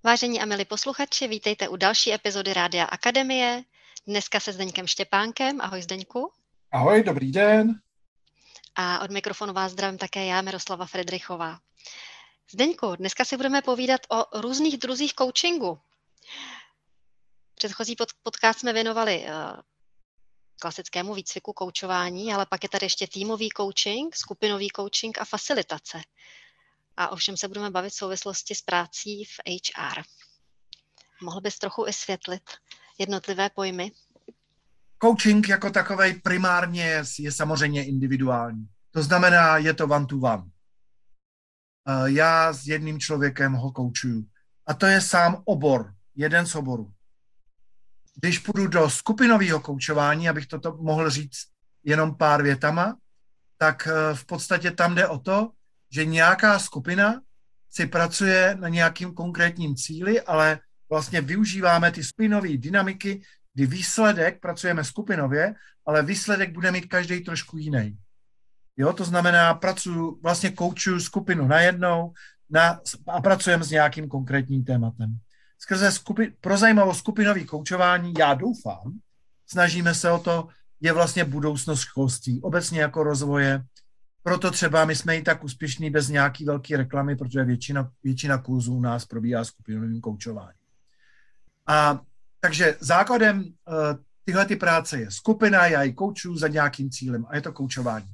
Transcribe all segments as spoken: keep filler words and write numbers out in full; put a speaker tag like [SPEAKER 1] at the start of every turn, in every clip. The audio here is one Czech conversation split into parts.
[SPEAKER 1] Vážení a milí posluchači, vítejte u další epizody Rádia Akademie. Dneska se Zdeňkem Štěpánkem. Ahoj Zdeňku.
[SPEAKER 2] Ahoj, dobrý den.
[SPEAKER 1] A od mikrofonu vás zdravím také já, Miroslava Fridrichová. Zdeňku, dneska si budeme povídat o různých druzích coachingu. Předchozí pod, podcast jsme věnovali uh, klasickému výcviku koučování, ale pak je tady ještě týmový coaching, skupinový coaching a facilitace. A o všem se budeme bavit v souvislosti s prací v há er. Mohl bys trochu vysvětlit jednotlivé pojmy?
[SPEAKER 2] Coaching jako takovej primárně je, je samozřejmě individuální. To znamená, je to one to one. Já s jedním člověkem ho koučuju. A to je sám obor, jeden z oborů. Když půjdu do skupinového koučování, abych toto mohl říct jenom pár větama, tak v podstatě tam jde o to, že nějaká skupina si pracuje na nějakým konkrétním cíli, ale vlastně využíváme ty skupinové dynamiky, kdy výsledek, pracujeme skupinově, ale výsledek bude mít každý trošku jiný. Jo, to znamená, pracuji, vlastně koučuju skupinu najednou na, a pracujeme s nějakým konkrétním tématem. Skrze skupi, pro zajímavost skupinový koučování, já doufám, snažíme se o to, je vlastně budoucnost školství, obecně jako rozvoje. Proto třeba my jsme i tak úspěšní bez nějaký velké reklamy, protože většina, většina kurzů u nás probíhá skupinovým koučováním. A takže základem uh, tyhle ty práce je skupina, já ji koučuju za nějakým cílem a je to koučování.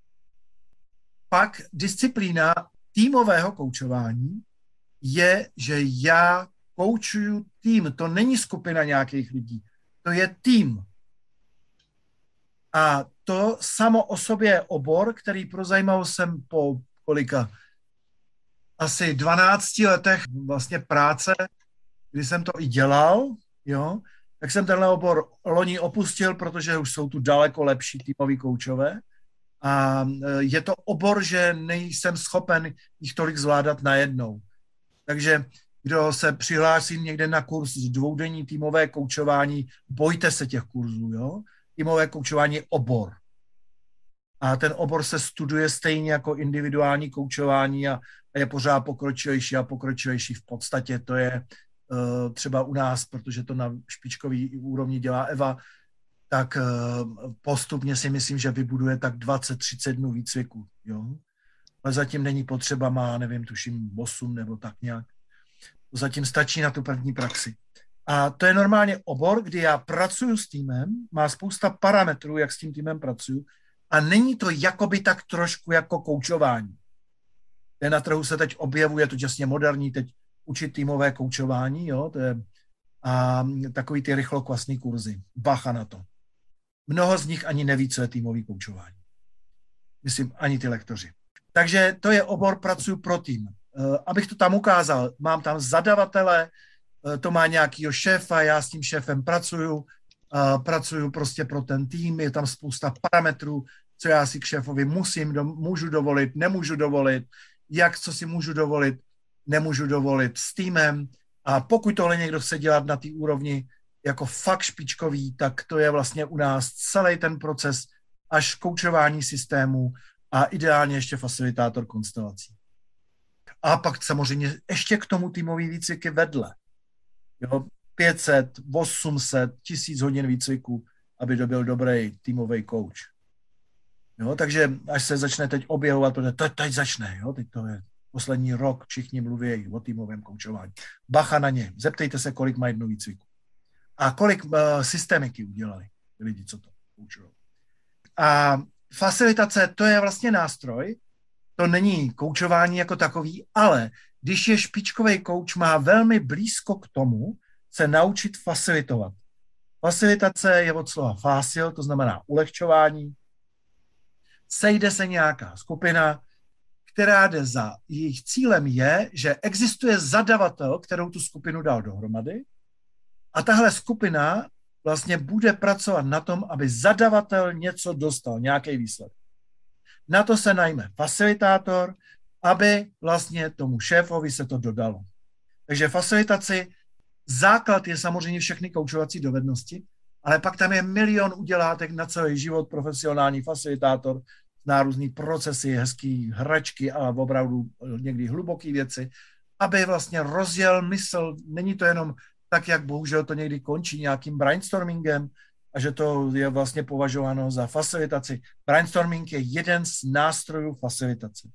[SPEAKER 2] Pak disciplína týmového koučování je, že já koučuju tým. To není skupina nějakých lidí, to je tým. A to samo o sobě je obor, který pro zajímavost jsem po kolika asi dvanácti letech vlastně práce, kdy jsem to i dělal, jo, tak jsem tenhle obor loni opustil, protože už jsou tu daleko lepší týmoví koučové. A je to obor, že nejsem schopen jich tolik zvládat najednou. Takže kdo se přihlásí někde na kurz dvoudenní týmové koučování, bojte se těch kurzů, jo. Týmové koučování je obor. A ten obor se studuje stejně jako individuální koučování a je pořád pokročilejší a pokročilejší. V podstatě to je uh, třeba u nás, protože to na špičkový úrovni dělá Eva, tak uh, postupně si myslím, že vybuduje tak dvacet třicet dnů výcviku. Jo? Ale zatím není potřeba, má, nevím, tuším osm nebo tak nějak. To zatím stačí na tu první praxi. A to je normálně obor, kdy já pracuji s týmem, má spousta parametrů, jak s tím týmem pracuji, a není to jakoby tak trošku jako koučování. Na trhu se teď objevuje, to jasně moderní, teď učit týmové koučování, jo, to je a takový ty rychlokvasný kurzy. Bacha na to. Mnoho z nich ani neví, co je týmový koučování. Myslím, ani ty lektoři. Takže to je obor, pracuji pro tým. Abych to tam ukázal, mám tam zadavatele, to má nějakýho šéfa, já s tím šéfem pracuju, pracuju prostě pro ten tým, je tam spousta parametrů, co já si k šéfovi musím, do, můžu dovolit, nemůžu dovolit, jak, co si můžu dovolit, nemůžu dovolit s týmem. A pokud tohle někdo chce dělat na té úrovni jako fakt špičkový, tak to je vlastně u nás celý ten proces až koučování systému a ideálně ještě facilitátor konstelací. A pak samozřejmě ještě k tomu týmový výcviky vedle. Jo, pět set, osm set, tisíc hodin výcviku, aby to byl dobrý týmový coach. Jo, takže až se začne teď objevovat, protože to teď začne, jo, teď to je poslední rok, všichni mluví o týmovém koučování. Bacha na ně, zeptejte se, kolik mají dnů výcviku. A kolik uh, systémiky udělali lidi, co to koučují. A facilitace, to je vlastně nástroj, to není koučování jako takový, ale když je špičkový kouč, má velmi blízko k tomu se naučit facilitovat. Facilitace je od slova facil, to znamená ulehčování. Sejde se nějaká skupina, která jde za. Jejich cílem je, že existuje zadavatel, kterou tu skupinu dal dohromady, a tahle skupina vlastně bude pracovat na tom, aby zadavatel něco dostal, nějaký výsledek. Na to se najme facilitátor, aby vlastně tomu šéfovi se to dodalo. Takže facilitaci, základ je samozřejmě všechny koučovací dovednosti, ale pak tam je milion udělátek na celý život, profesionální facilitátor, zná různý procesy, hezký hračky a opravdu někdy hluboké věci. aby vlastně rozjel mysl. Není to jenom tak, jak bohužel to někdy končí nějakým brainstormingem a že to je vlastně považováno za facilitaci. Brainstorming je jeden z nástrojů facilitace.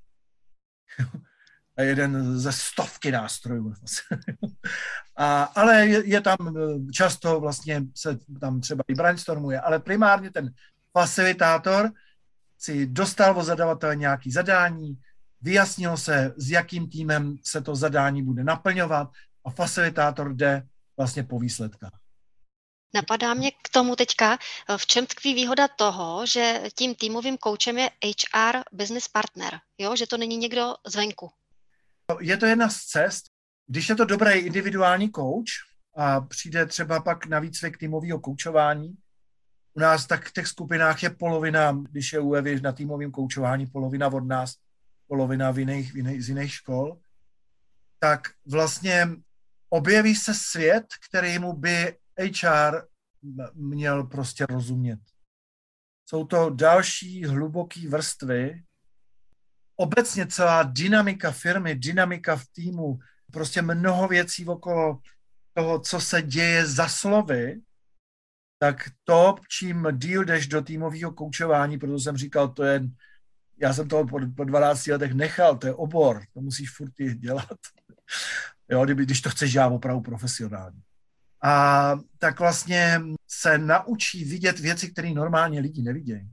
[SPEAKER 2] A jeden ze stovky nástrojů. A, ale je, je tam často vlastně se tam třeba i brainstormuje, ale primárně ten facilitátor si dostal od zadavatele nějaké zadání, vyjasnilo se, s jakým týmem se to zadání bude naplňovat a facilitátor jde vlastně po výsledkách.
[SPEAKER 1] Napadá mě k tomu teďka, v čem tkví výhoda toho, že tím týmovým koučem je H R business partner, jo? Že to není někdo zvenku.
[SPEAKER 2] Je to jedna z cest, když je to dobrý individuální kouč a přijde třeba pak na výcvik týmového koučování. U nás tak v těch skupinách je polovina, když je u Evy na týmovém koučování, polovina od nás, polovina v jiných, v jiných, z jiných škol, tak vlastně objeví se svět, kterému by H R měl prostě rozumět. Jsou to další hluboké vrstvy. Obecně celá dynamika firmy, dynamika v týmu, prostě mnoho věcí okolo toho, co se děje za slovy, tak to, čím díl jdeš do týmového koučování, protože jsem říkal, to je, já jsem to po, po dvanácti letech nechal, to je obor, to musíš furt dělat, jo, když to chceš dělat opravdu profesionálně. A tak vlastně se naučí vidět věci, které normálně lidi nevidějí.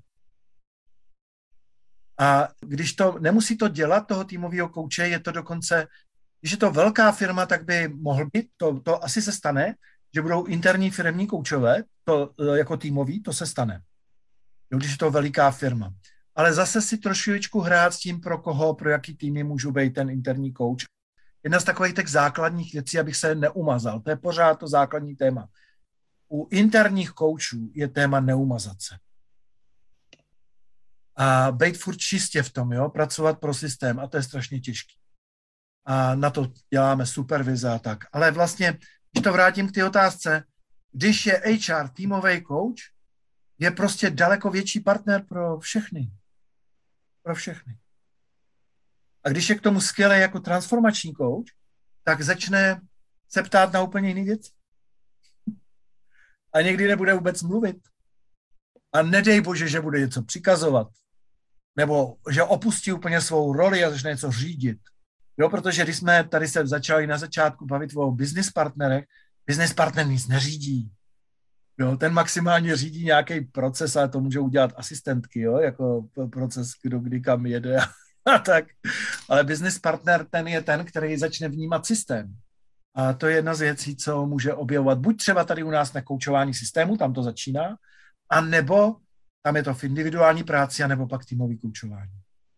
[SPEAKER 2] A když to, nemusí to dělat, toho týmového kouče, je to dokonce, když je to velká firma, tak by mohl být, to, to asi se stane, že budou interní firemní koučové, to jako týmový, to se stane. Jo, když je to veliká firma. Ale zase si trošičku hrát s tím, pro koho, pro jaký týmy můžu být ten interní kouč. Jedna z takových těch základních věcí, abych se neumazal, to je pořád to základní téma. U interních koučů je téma neumazat se. A být furt čistě v tom, jo, pracovat pro systém, a to je strašně těžké. A na to děláme supervize a tak. Ale vlastně, když to vrátím k té otázce, když je H R týmový coach, je prostě daleko větší partner pro všechny. Pro všechny. A když je k tomu skvělý jako transformační coach, tak začne se ptát na úplně jiný věc. A někdy nebude vůbec mluvit. A nedej bože, že bude něco přikazovat. Nebo že opustí úplně svou roli a začne něco řídit. Jo, protože když jsme tady se začali na začátku bavit o business partnerech, business partner nic neřídí. Jo, ten maximálně řídí nějaký proces, ale to může udělat asistentky, jo, jako proces, kdo kdy kam jede a, a tak. Ale business partner, ten je ten, který začne vnímat systém. A to je jedna z věcí, co může objevovat buď třeba tady u nás na koučování systému, tam to začíná, a nebo tam je to v individuální práci, anebo pak týmový koučování.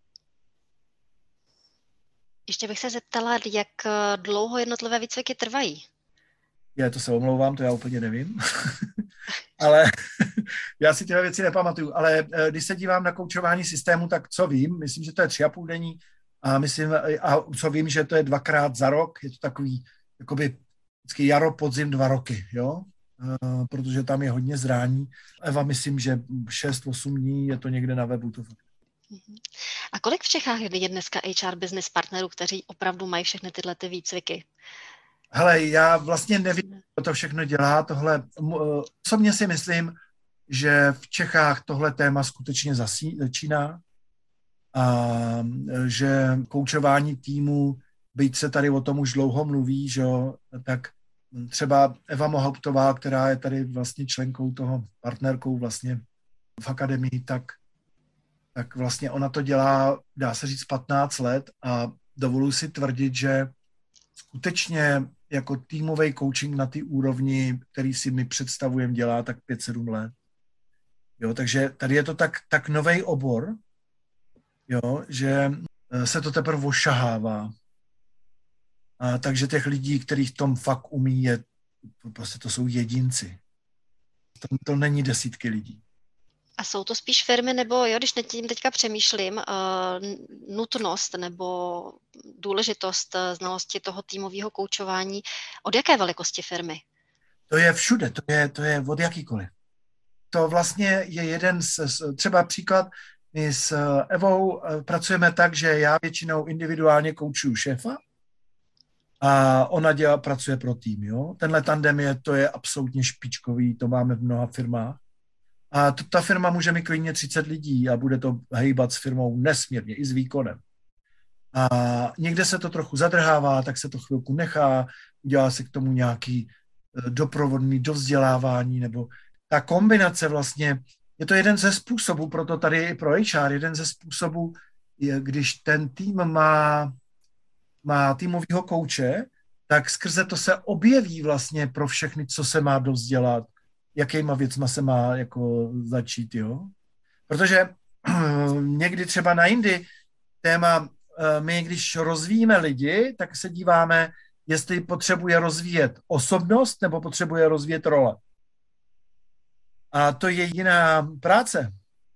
[SPEAKER 1] Ještě bych se zeptala, jak dlouho jednotlivé výcviky trvají?
[SPEAKER 2] Já to se omlouvám, to já úplně nevím. Ale já si tyhle věci nepamatuju. Ale když se dívám na koučování systému, tak co vím? Myslím, že to je tři a půl denní. A myslím, a co vím, že to je dvakrát za rok. Je to takový, jakoby vždycky jaro, podzim, dva roky, jo? Uh, protože tam je hodně zrání. Eva, myslím, že šest osm dní je to někde na webu. To...
[SPEAKER 1] A kolik v Čechách je dneska H R business partnerů, kteří opravdu mají všechny tyhle ty výcviky?
[SPEAKER 2] Hele, já vlastně nevím, kdo to všechno dělá. Tohle, osobně si myslím, že v Čechách tohle téma skutečně začíná a že koučování týmu, byť se tady o tom už dlouho mluví, že jo, tak třeba Eva Mohauptová, která je tady vlastně členkou toho, partnerkou vlastně v akademii, tak, tak vlastně ona to dělá, dá se říct, patnáct let a dovoluji si tvrdit, že skutečně jako týmový coaching na té úrovni, který si my představujeme, dělá tak pět sedm let. Jo, takže tady je to tak, tak novej obor, jo, že se to teprve ošahává. A takže těch lidí, kteří v tom fakt umí, je, prostě to jsou jedinci. To, to není desítky lidí.
[SPEAKER 1] A jsou to spíš firmy, nebo jo, když nad tím teďka přemýšlím, uh, nutnost nebo důležitost znalosti toho týmového koučování, od jaké velikosti firmy?
[SPEAKER 2] To je všude, to je, to je od jakýkoliv. To vlastně je jeden z, třeba příklad, my s Evou pracujeme tak, že já většinou individuálně koučuju šéfa a ona dělá, pracuje pro tým. Jo? Tenhle tandem je, to je absolutně špičkový, to máme v mnoha firmách. A to, ta firma může mít klidně třicet lidí a bude to hejbat s firmou nesmírně, i s výkonem. A někde se to trochu zadrhává, tak se to chvilku nechá, udělá se k tomu nějaký doprovodný dovzdělávání, nebo ta kombinace vlastně, je to jeden ze způsobů, proto tady je i pro H R, jeden ze způsobů, je, když ten tým má, má týmovýho kouče, tak skrze to se objeví vlastně pro všechny, co se má dovzdělat, jakýma věcma se má jako začít, jo. Protože někdy třeba na jindy téma, my když rozvíjíme lidi, tak se díváme, jestli potřebuje rozvíjet osobnost nebo potřebuje rozvíjet role. A to je jiná práce.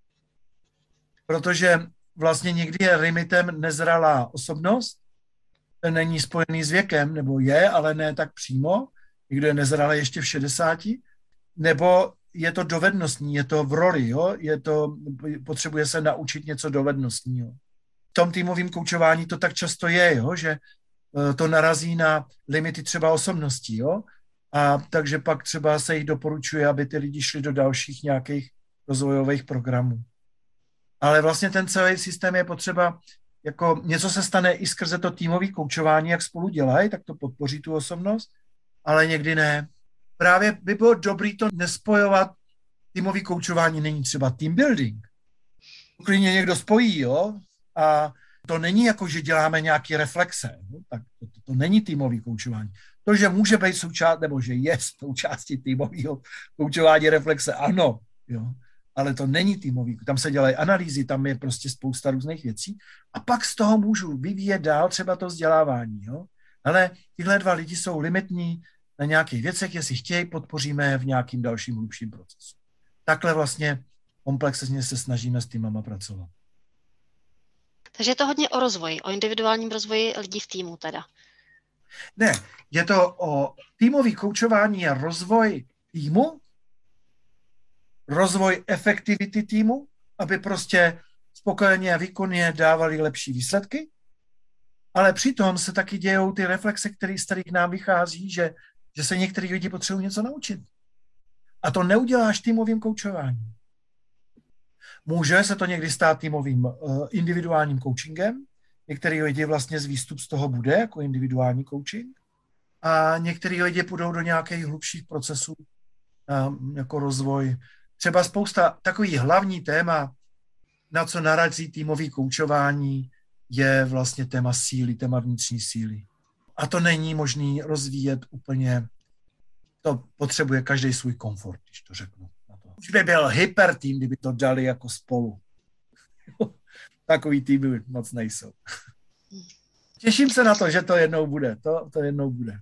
[SPEAKER 2] Protože vlastně někdy je limitem nezralá osobnost, ten není spojený s věkem, nebo je, ale ne tak přímo, někdo je nezralý ještě v šedesáti, nebo je to dovednostní, je to v roli, jo? Je to, potřebuje se naučit něco dovednostního. V tom týmovém koučování to tak často je, jo? Že to narazí na limity třeba osobností, jo? A takže pak třeba se jich doporučuje, aby ty lidi šli do dalších nějakých rozvojových programů. Ale vlastně ten celý systém je potřeba, jako něco se stane i skrze to týmové koučování, jak spolu dělají, tak to podpoří tu osobnost, ale někdy ne. Právě by bylo dobré to nespojovat. Týmový koučování není třeba team building. Klidně někdo spojí, jo? A to není jako, že děláme nějaké reflexe. No? Tak to, to, to není týmový koučování. To, že může být součást, nebo že je součástí týmového koučování reflexe, ano, jo? Ale to není týmový. Tam se dělají analýzy, tam je prostě spousta různých věcí a pak z toho můžu vyvíjet dál třeba to vzdělávání. Jo? Ale tyhle dva lidi jsou limitní na nějakých věcech, jestli chtějí, podpoříme v nějakým dalším hlubším procesu. Takhle vlastně komplexně se snažíme s týmama pracovat.
[SPEAKER 1] Takže je to hodně o rozvoji, o individuálním rozvoji lidí v týmu teda.
[SPEAKER 2] Ne, je to o týmový koučování a rozvoj týmu, rozvoj efektivity týmu, aby prostě spokojeně a výkonně dávali lepší výsledky, ale přitom se taky dějou ty reflexe, které z kterých nám vychází, že, že se některý lidi potřebují něco naučit. A to neuděláš týmovým koučováním. Může se to někdy stát týmovým uh, individuálním coachingem, některý lidi vlastně z výstup z toho bude jako individuální coaching a některý lidi půjdou do nějakých hlubších procesů um, jako rozvoj. Třeba spousta takový hlavní téma, na co narazí týmový koučování, je vlastně téma síly, téma vnitřní síly. A to není možné rozvíjet úplně, to potřebuje každý svůj komfort, když to řeknu. Už by byl hypertým, kdyby to dali jako spolu. Takový týmy moc nejsou. Těším se na to, že to jednou bude. To, to jednou bude.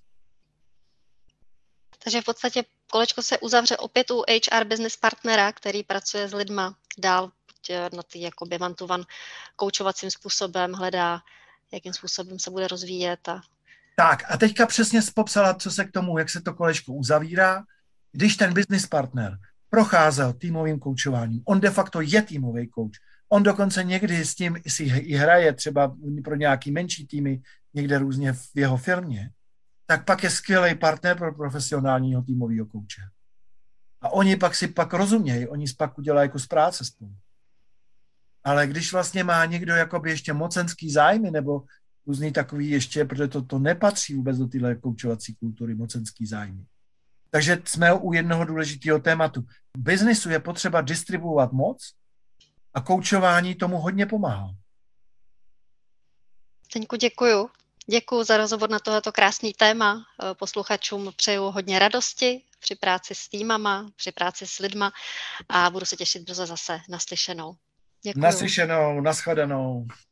[SPEAKER 1] Takže v podstatě kolečko se uzavře opět u H R business partnera, který pracuje s lidma dál na ty jakoby one-to-one koučovacím způsobem, hledá, jakým způsobem se bude rozvíjet. A...
[SPEAKER 2] Tak a teďka přesně popsala, co se k tomu, jak se to kolečko uzavírá. Když ten business partner procházel týmovým koučováním, on de facto je týmový kouč. On dokonce někdy s tím si i hraje třeba pro nějaký menší týmy někde různě v jeho firmě, tak pak je skvělý partner pro profesionálního týmového kouče. A oni pak si pak rozumějí, oni si pak udělají jako z práce spolu. Ale když vlastně má někdo jakoby ještě mocenský zájmy nebo různý takový ještě, protože to, to nepatří vůbec do téhle koučovací kultury, mocenský zájmy. Takže jsme u jednoho důležitého tématu. V biznisu je potřeba distribuovat moc a koučování tomu hodně pomáhá.
[SPEAKER 1] Zdeňku, děkuju. Děkuju za rozhovor na tohleto krásný téma. Posluchačům přeju hodně radosti při práci s týmama, při práci s lidma a budu se těšit brzo zase naslyšenou. Děkuju.
[SPEAKER 2] Naslyšenou, nashledanou.